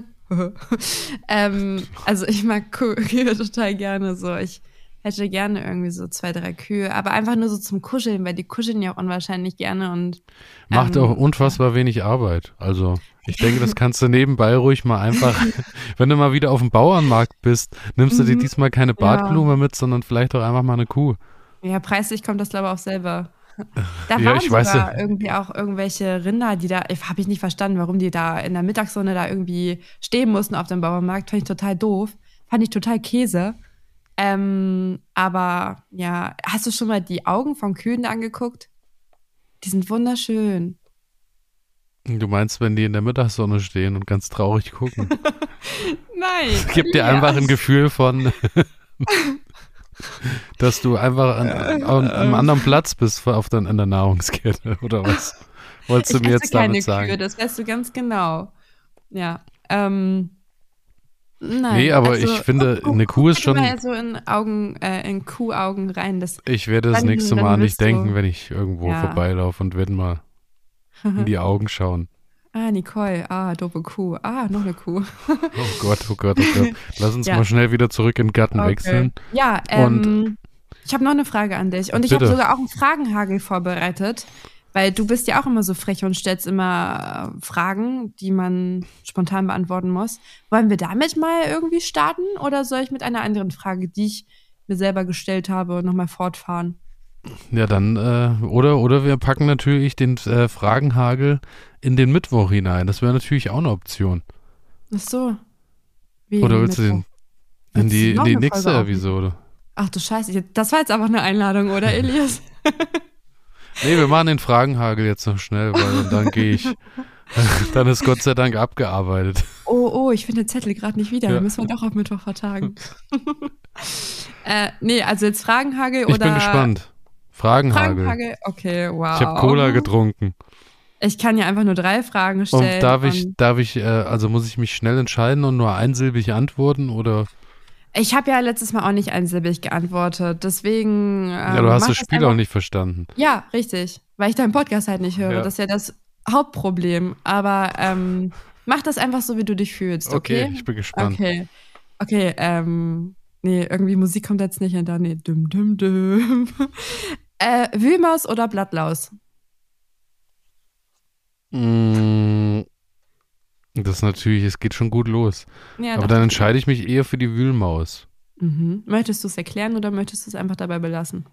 Also ich mag Kühe total gerne so. Ich hätte gerne irgendwie so 2, 3 Kühe, aber einfach nur so zum Kuscheln, weil die kuscheln ja auch unwahrscheinlich gerne und macht auch unfassbar wenig Arbeit. Also ich denke, das kannst du nebenbei ruhig mal einfach, wenn du mal wieder auf dem Bauernmarkt bist, nimmst du dir diesmal keine Bartblume mit, sondern vielleicht auch einfach mal eine Kuh. Ja, preislich kommt das glaube ich auch selber. Da waren sogar irgendwie auch irgendwelche Rinder, die da, habe ich nicht verstanden, warum die da in der Mittagssonne da irgendwie stehen mussten auf dem Bauernmarkt, fand ich total doof, fand ich total Käse. Aber ja, hast du schon mal die Augen von Kühen angeguckt? Die sind wunderschön. Du meinst, wenn die in der Mittagssonne stehen und ganz traurig gucken? Nein. Gibt dir einfach ein Gefühl von, dass du einfach an einem anderen Platz bist in der Nahrungskette, oder was? Wolltest du mir jetzt damit sagen? Kühe, das weißt du ganz genau. Ja. Nein, nee, aber also, ich finde, eine Kuh ist schon. Mal so in Kuhaugen rein. Ich werde das nächste Mal nicht denken, wenn ich irgendwo vorbeilaufe und werde mal in die Augen schauen. Nicole, doofe Kuh. Noch eine Kuh. Oh Gott. Lass uns mal schnell wieder zurück in den Garten wechseln. Ja, ich habe noch eine Frage an dich. Und ich habe sogar auch einen Fragenhagel vorbereitet. Weil du bist ja auch immer so frech und stellst immer Fragen, die man spontan beantworten muss. Wollen wir damit mal irgendwie starten? Oder soll ich mit einer anderen Frage, die ich mir selber gestellt habe, nochmal fortfahren? Ja, dann, oder wir packen natürlich den Fragenhagel in den Mittwoch hinein. Das wäre natürlich auch eine Option. Ach so. Wie oder willst du in die nächste Episode? Ach du Scheiße, das war jetzt aber eine Einladung, oder Elias? Nee, wir machen den Fragenhagel jetzt noch schnell, weil dann gehe ich. Dann ist Gott sei Dank abgearbeitet. Oh, ich finde den Zettel gerade nicht wieder. Ja. Da müssen wir doch auf Mittwoch vertagen. Nee, also jetzt Fragenhagel oder. Ich bin gespannt. Fragenhagel. Okay, wow. Ich habe Cola getrunken. Ich kann ja einfach nur 3 Fragen stellen. Und darf ich, also muss ich mich schnell entscheiden und nur einsilbig antworten oder? Ich habe ja letztes Mal auch nicht einsilbig geantwortet, deswegen. Ja, du hast das Spiel auch nicht verstanden. Ja, richtig, weil ich deinen Podcast halt nicht höre. Ja. Das ist ja das Hauptproblem. Aber mach das einfach so, wie du dich fühlst, okay? Okay, ich bin gespannt. Okay, nee, irgendwie Musik kommt jetzt nicht hinter. Nee, düm. Wühlmaus oder Blattlaus? Das ist natürlich, es geht schon gut los. Ja, aber dann entscheide ich mich eher für die Wühlmaus. Mhm. Möchtest du es erklären oder möchtest du es einfach dabei belassen?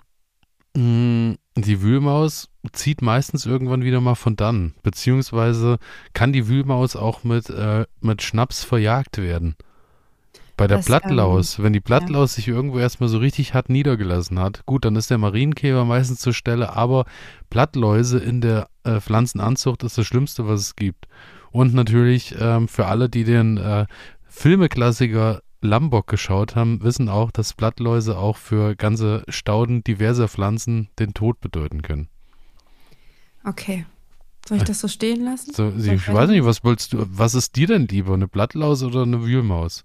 Die Wühlmaus zieht meistens irgendwann wieder mal von dann. Beziehungsweise kann die Wühlmaus auch mit Schnaps verjagt werden. Bei der Blattlaus, wenn die Blattlaus sich irgendwo erstmal so richtig hart niedergelassen hat, gut, dann ist der Marienkäfer meistens zur Stelle, aber Blattläuse in der Pflanzenanzucht ist das Schlimmste, was es gibt. Und natürlich für alle, die den Filmeklassiker Lambok geschaut haben, wissen auch, dass Blattläuse auch für ganze Stauden diverser Pflanzen den Tod bedeuten können. Okay. Soll ich das so stehen lassen? Ich weiß nicht, was ist dir denn lieber, eine Blattlaus oder eine Wühlmaus?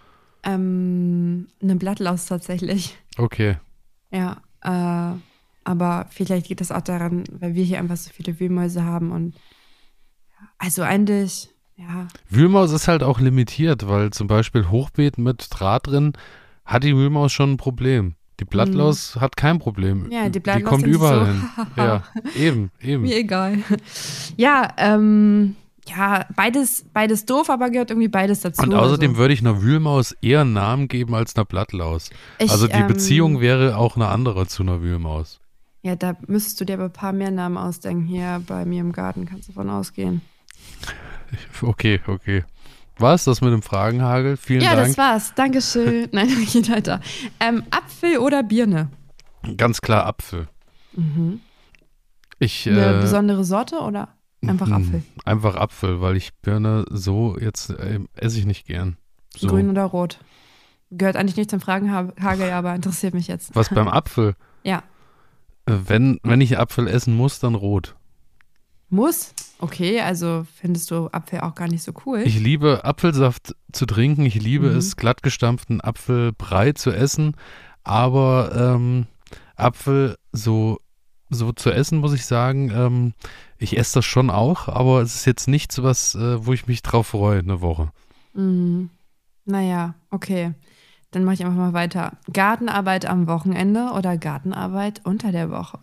Eine Blattlaus tatsächlich. Okay. Ja, aber vielleicht geht das auch daran, weil wir hier einfach so viele Wühlmäuse haben und also eigentlich, ja. Wühlmaus ist halt auch limitiert, weil zum Beispiel Hochbeet mit Draht drin hat die Wühlmaus schon ein Problem. Die Blattlaus hat kein Problem. Ja, die Blattlaus kommt überall hin. Ja, eben. Mir egal. Ja, ja, beides doof, aber gehört irgendwie beides dazu. Und außerdem würde ich einer Wühlmaus eher einen Namen geben als einer Blattlaus. Also die Beziehung wäre auch eine andere zu einer Wühlmaus. Ja, da müsstest du dir aber ein paar mehr Namen ausdenken. Hier bei mir im Garten kannst du davon ausgehen. Okay. War es das mit dem Fragenhagel? Vielen Dank. Ja, das war's. Dankeschön. Nein, geht weiter. Apfel oder Birne? Ganz klar Apfel. Mhm. Eine besondere Sorte oder einfach Apfel? Einfach Apfel, weil ich Birne so jetzt esse ich nicht gern. So. Grün oder rot? Gehört eigentlich nicht zum Fragenhagel, aber interessiert mich jetzt. Was beim Apfel? Ja. Wenn ich Apfel essen muss, dann rot. Muss? Okay, also findest du Apfel auch gar nicht so cool? Ich liebe Apfelsaft zu trinken, ich liebe es, glattgestampften Apfelbrei zu essen, aber Apfel so zu essen, muss ich sagen, ich esse das schon auch, aber es ist jetzt nichts, wo ich mich drauf freue, eine Woche. Naja, okay. Dann mache ich einfach mal weiter. Gartenarbeit am Wochenende oder Gartenarbeit unter der Woche?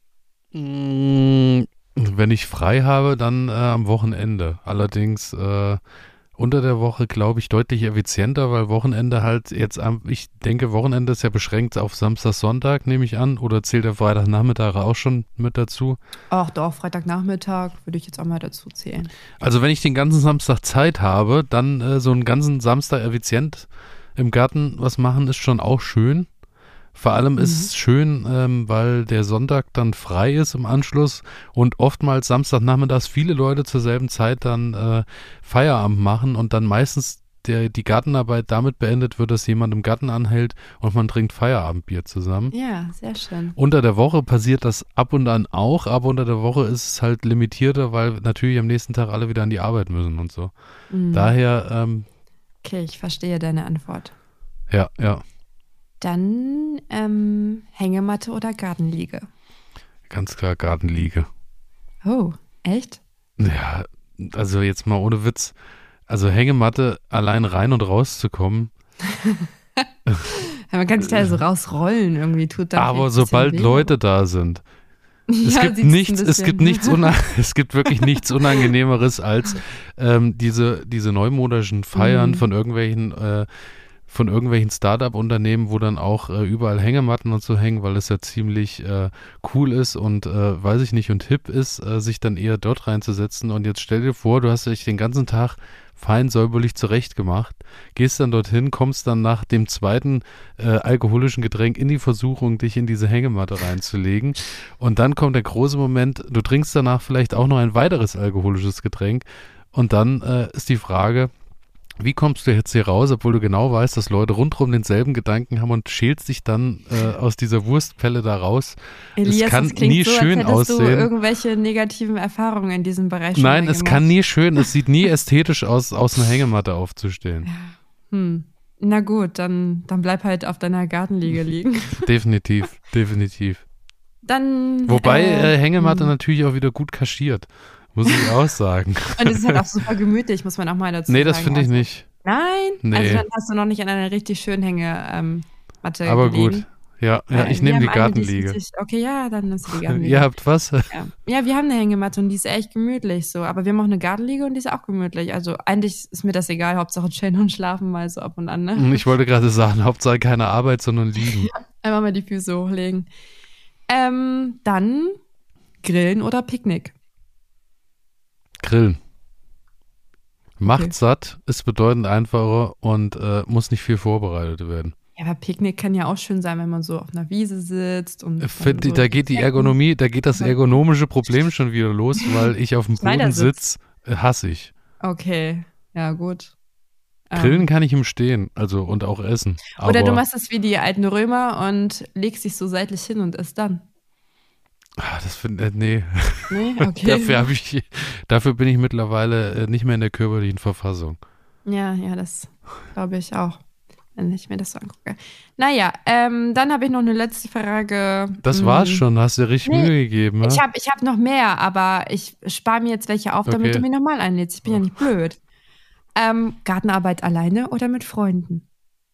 Wenn ich frei habe, dann am Wochenende. Allerdings unter der Woche, glaube ich, deutlich effizienter, weil Wochenende halt jetzt, ich denke, Wochenende ist ja beschränkt auf Samstag, Sonntag, nehme ich an. Oder zählt der Freitagnachmittag auch schon mit dazu? Ach doch, Freitagnachmittag würde ich jetzt auch mal dazu zählen. Also wenn ich den ganzen Samstag Zeit habe, dann so einen ganzen Samstag effizient im Garten was machen, ist schon auch schön. Vor allem ist es schön, weil der Sonntag dann frei ist im Anschluss und oftmals Samstagnachmittags viele Leute zur selben Zeit dann Feierabend machen und dann meistens die Gartenarbeit damit beendet wird, dass jemand im Garten anhält und man trinkt Feierabendbier zusammen. Ja, sehr schön. Unter der Woche passiert das ab und an auch, aber unter der Woche ist es halt limitierter, weil natürlich am nächsten Tag alle wieder an die Arbeit müssen und so. Daher okay, ich verstehe deine Antwort. Ja. Dann Hängematte oder Gartenliege? Ganz klar Gartenliege. Oh, echt? Ja, also jetzt mal ohne Witz. Also Hängematte, allein rein und rauszukommen. Man kann sich da so rausrollen irgendwie, tut da. Aber sobald Leute da sind, es gibt wirklich nichts Unangenehmeres als diese neumodischen Feiern von irgendwelchen Start-up-Unternehmen, wo dann auch überall Hängematten und so hängen, weil es ja ziemlich cool ist und weiß ich nicht und hip ist, sich dann eher dort reinzusetzen. Und jetzt stell dir vor, du hast dich den ganzen Tag fein säuberlich zurechtgemacht, gehst dann dorthin, kommst dann nach dem zweiten alkoholischen Getränk in die Versuchung, dich in diese Hängematte reinzulegen. Und dann kommt der große Moment, du trinkst danach vielleicht auch noch ein weiteres alkoholisches Getränk. Und dann ist die Frage, wie kommst du jetzt hier raus, obwohl du genau weißt, dass Leute rundherum denselben Gedanken haben und schälst dich dann aus dieser Wurstpelle da raus? Elias, es kann nie so, schön als hättest aussehen. Du irgendwelche negativen Erfahrungen in diesem Bereich schon Nein, es kann nie schön, es sieht nie ästhetisch aus einer Hängematte aufzustehen. Na gut, dann bleib halt auf deiner Gartenliege liegen. Definitiv. Dann. Wobei Hängematte natürlich auch wieder gut kaschiert. Muss ich auch sagen. Und es ist halt auch super gemütlich, muss man auch mal dazu sagen. Nee, das finde ich nicht. Nein? Nee. Also dann hast du noch nicht an einer richtig schönen Hängematte Aber gelegen. Gut. Ja, ich nehme die Gartenliege. Okay, ja, dann nimmst du die Gartenliege. Ihr habt was? Ja, wir haben eine Hängematte und die ist echt gemütlich so. Aber wir haben auch eine Gartenliege und die ist auch gemütlich. Also eigentlich ist mir das egal, Hauptsache chillen und schlafen mal so ab und an. Ne? Ich wollte gerade sagen, Hauptsache keine Arbeit, sondern liegen. Einmal mal die Füße hochlegen. Dann Grillen oder Picknick? Grillen. Macht satt, ist bedeutend einfacher und muss nicht viel vorbereitet werden. Ja, aber Picknick kann ja auch schön sein, wenn man so auf einer Wiese sitzt. Und da geht das ergonomische Problem schon wieder los, weil ich auf dem Boden sitze, hasse ich. Okay, ja gut. Grillen kann ich im Stehen, also und auch essen. Oder du machst es wie die alten Römer und legst dich so seitlich hin und isst dann. Das finde ich, nee. Nee, okay. Dafür bin ich mittlerweile nicht mehr in der körperlichen Verfassung. Ja, das glaube ich auch, wenn ich mir das so angucke. Naja, dann habe ich noch eine letzte Frage. Das war's schon, hast dir richtig Mühe gegeben. Ne? Ich hab noch mehr, aber ich spare mir jetzt welche auf, damit du mich nochmal einlädst. Ich bin ja nicht blöd. Gartenarbeit alleine oder mit Freunden?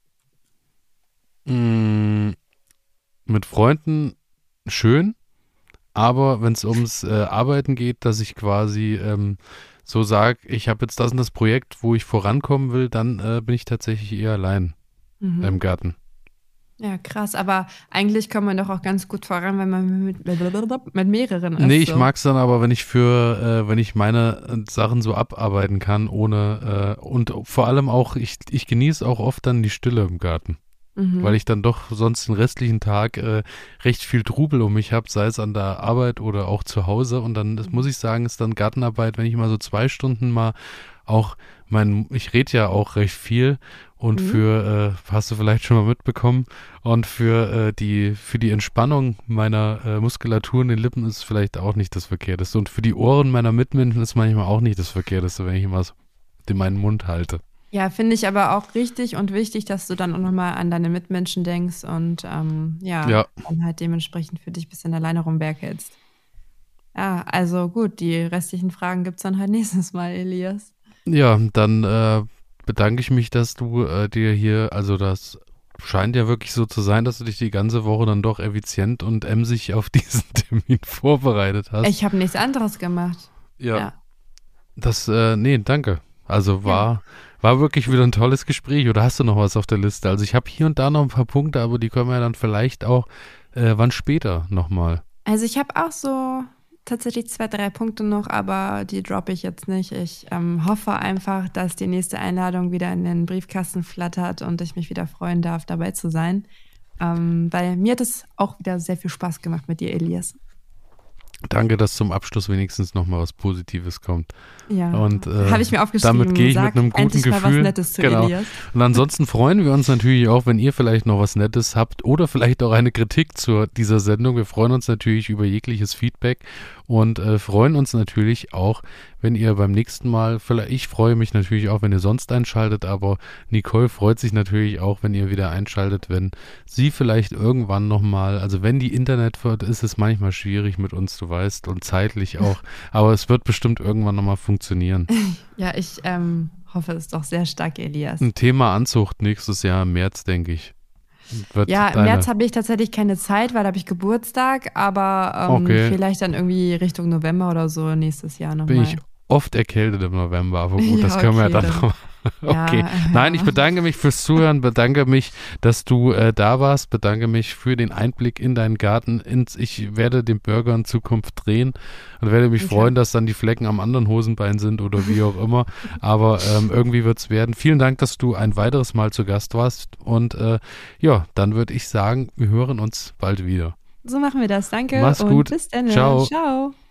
Mit Freunden schön. Aber wenn es ums Arbeiten geht, dass ich quasi so sage, ich habe jetzt das und das Projekt, wo ich vorankommen will, dann bin ich tatsächlich eher allein im Garten. Ja, krass. Aber eigentlich kommt man doch auch ganz gut voran, wenn man mit mehreren ist. Nee, ich mag es dann aber, wenn ich meine Sachen so abarbeiten kann, ohne und vor allem auch, ich genieße auch oft dann die Stille im Garten. Weil ich dann doch sonst den restlichen Tag recht viel Trubel um mich habe, sei es an der Arbeit oder auch zu Hause. Und dann, das muss ich sagen, ist dann Gartenarbeit, wenn ich mal so 2 Stunden mal auch ich rede ja auch recht viel und hast du vielleicht schon mal mitbekommen, und für die Entspannung meiner Muskulatur in den Lippen ist vielleicht auch nicht das Verkehrteste. Und für die Ohren meiner Mitmenschen ist manchmal auch nicht das Verkehrteste, wenn ich immer so in meinen Mund halte. Ja, finde ich aber auch richtig und wichtig, dass du dann auch nochmal an deine Mitmenschen denkst und dann halt dementsprechend für dich ein bisschen alleine rumwerkelst. Ja, also gut, die restlichen Fragen gibt es dann halt nächstes Mal, Elias. Ja, dann bedanke ich mich, dass du dir hier, also das scheint ja wirklich so zu sein, dass du dich die ganze Woche dann doch effizient und emsig auf diesen Termin vorbereitet hast. Ich habe nichts anderes gemacht. Ja. Danke. Also war wirklich wieder ein tolles Gespräch. Oder hast du noch was auf der Liste? Also ich habe hier und da noch ein paar Punkte, aber die können wir ja dann vielleicht auch wann später nochmal. Also ich habe auch so tatsächlich 2, 3 Punkte noch, aber die droppe ich jetzt nicht. Ich hoffe einfach, dass die nächste Einladung wieder in den Briefkasten flattert und ich mich wieder freuen darf, dabei zu sein. Weil mir hat es auch wieder sehr viel Spaß gemacht mit dir, Elias. Danke, dass zum Abschluss wenigstens noch mal was Positives kommt. Ja, und habe ich mir aufgeschrieben. Damit gehe ich mit einem guten Gefühl. Mal was Nettes zu Elias. Und ansonsten freuen wir uns natürlich auch, wenn ihr vielleicht noch was Nettes habt oder vielleicht auch eine Kritik zu dieser Sendung. Wir freuen uns natürlich über jegliches Feedback und freuen uns natürlich auch, wenn ihr beim nächsten Mal, ich freue mich natürlich auch, wenn ihr sonst einschaltet, aber Nicole freut sich natürlich auch, wenn ihr wieder einschaltet, wenn sie vielleicht irgendwann nochmal, also wenn die Internet wird, ist es manchmal schwierig mit uns, du weißt, und zeitlich auch, aber es wird bestimmt irgendwann nochmal funktionieren. Ja, ich hoffe es doch sehr stark, Elias. Ein Thema Anzucht nächstes Jahr im März, denke ich. Ja, im März habe ich tatsächlich keine Zeit, weil da habe ich Geburtstag, aber vielleicht dann irgendwie Richtung November oder so nächstes Jahr nochmal. Bin ich oft erkältet im November, aber gut, das können wir ja dann nochmal. Okay. Ja. Nein, ich bedanke mich fürs Zuhören, bedanke mich, dass du da warst, bedanke mich für den Einblick in deinen Garten. Ich werde den Burger in Zukunft drehen und werde mich freuen, dass dann die Flecken am anderen Hosenbein sind oder wie auch immer. Aber irgendwie wird es werden. Vielen Dank, dass du ein weiteres Mal zu Gast warst. Und dann würde ich sagen, wir hören uns bald wieder. So machen wir das. Danke. Mach's gut. Bis dann. Ciao. Ciao.